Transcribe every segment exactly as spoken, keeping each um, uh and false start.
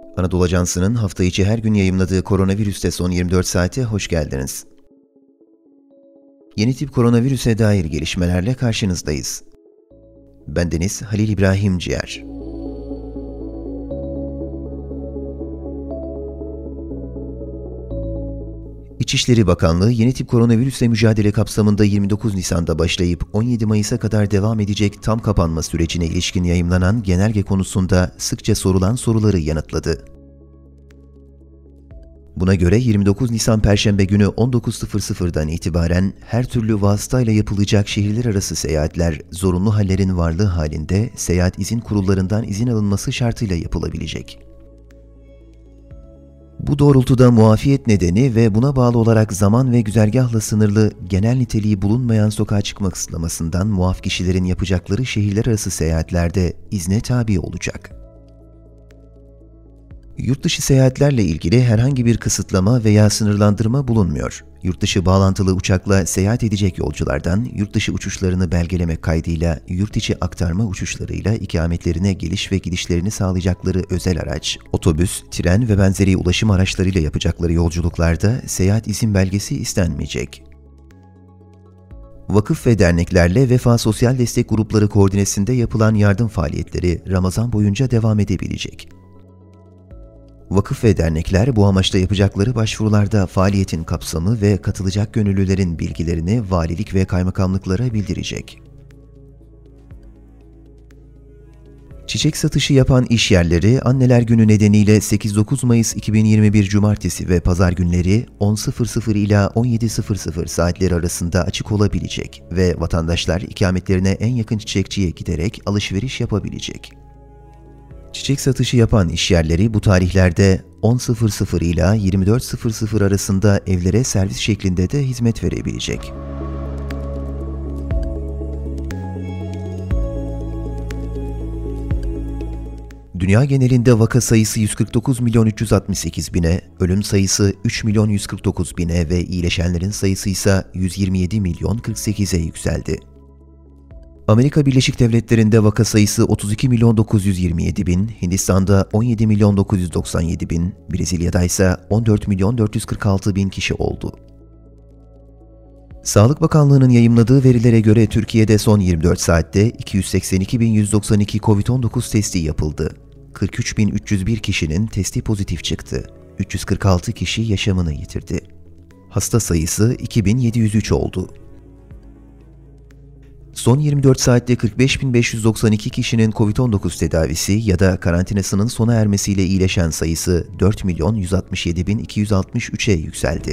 Anadolu Ajansı'nın hafta içi her gün yayımladığı koronavirüste son yirmi dört saate hoş geldiniz. Yeni tip koronavirüse dair gelişmelerle karşınızdayız. Bendeniz Halil İbrahim Ciğer. İçişleri Bakanlığı, yeni tip koronavirüsle mücadele kapsamında yirmi dokuz Nisan'da başlayıp on yedi Mayıs'a kadar devam edecek tam kapanma sürecine ilişkin yayımlanan genelge konusunda sıkça sorulan soruları yanıtladı. Buna göre yirmi dokuz Nisan Perşembe günü on dokuz sıfır sıfırdan itibaren her türlü vasıtayla yapılacak şehirler arası seyahatler zorunlu hallerin varlığı halinde seyahat izin kurullarından izin alınması şartıyla yapılabilecek. Bu doğrultuda muafiyet nedeni ve buna bağlı olarak zaman ve güzergahla sınırlı genel niteliği bulunmayan sokağa çıkma kısıtlamasından muaf kişilerin yapacakları şehirler arası seyahatlerde izne tabi olacak. Yurtdışı seyahatlerle ilgili herhangi bir kısıtlama veya sınırlandırma bulunmuyor. Yurtdışı bağlantılı uçakla seyahat edecek yolculardan yurtdışı uçuşlarını belgelemek kaydıyla yurt içi aktarma uçuşlarıyla ikametlerine geliş ve gidişlerini sağlayacakları özel araç, otobüs, tren ve benzeri ulaşım araçlarıyla yapacakları yolculuklarda seyahat izin belgesi istenmeyecek. Vakıf ve derneklerle Vefa Sosyal Destek Grupları koordinesinde yapılan yardım faaliyetleri Ramazan boyunca devam edebilecek. Vakıf ve dernekler bu amaçla yapacakları başvurularda faaliyetin kapsamı ve katılacak gönüllülerin bilgilerini valilik ve kaymakamlıklara bildirecek. Çiçek satışı yapan iş yerleri Anneler Günü nedeniyle sekiz dokuz Mayıs iki bin yirmi bir Cumartesi ve Pazar günleri on sıfır sıfır ila on yedi sıfır sıfır saatleri arasında açık olabilecek ve vatandaşlar ikametlerine en yakın çiçekçiye giderek alışveriş yapabilecek. Çiçek satışı yapan işyerleri bu tarihlerde on sıfır sıfır ila yirmi dört sıfır sıfır arasında evlere servis şeklinde de hizmet verebilecek. Dünya genelinde vaka sayısı yüz kırk dokuz milyon üç yüz altmış sekiz bine, ölüm sayısı üç milyon yüz kırk dokuz bine ve iyileşenlerin sayısı ise yüz yirmi yedi milyon kırk sekize yükseldi. Amerika Birleşik Devletleri'nde vaka sayısı otuz iki milyon dokuz yüz yirmi yedi bin, Hindistan'da on yedi milyon dokuz yüz doksan yedi bin, Brezilya'da ise on dört milyon dört yüz kırk altı bin kişi oldu. Sağlık Bakanlığı'nın yayımladığı verilere göre Türkiye'de son yirmi dört saatte iki yüz seksen iki bin yüz doksan iki kovid on dokuz testi yapıldı. kırk üç bin üç yüz bir kişinin testi pozitif çıktı. üç yüz kırk altı kişi yaşamını yitirdi. Hasta sayısı iki bin yedi yüz üç oldu. Son yirmi dört saatte kırk beş bin beş yüz doksan iki kişinin kovid on dokuz tedavisi ya da karantinasının sona ermesiyle iyileşen sayısı dört milyon yüz altmış yedi bin iki yüz altmış üçe yükseldi.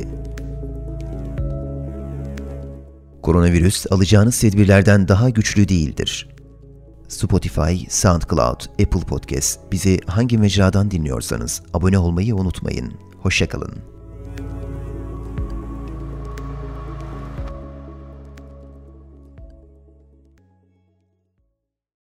Koronavirüs alacağınız tedbirlerden daha güçlü değildir. Spotify, SoundCloud, Apple Podcast, bizi hangi mecradan dinliyorsanız abone olmayı unutmayın. Hoşça kalın.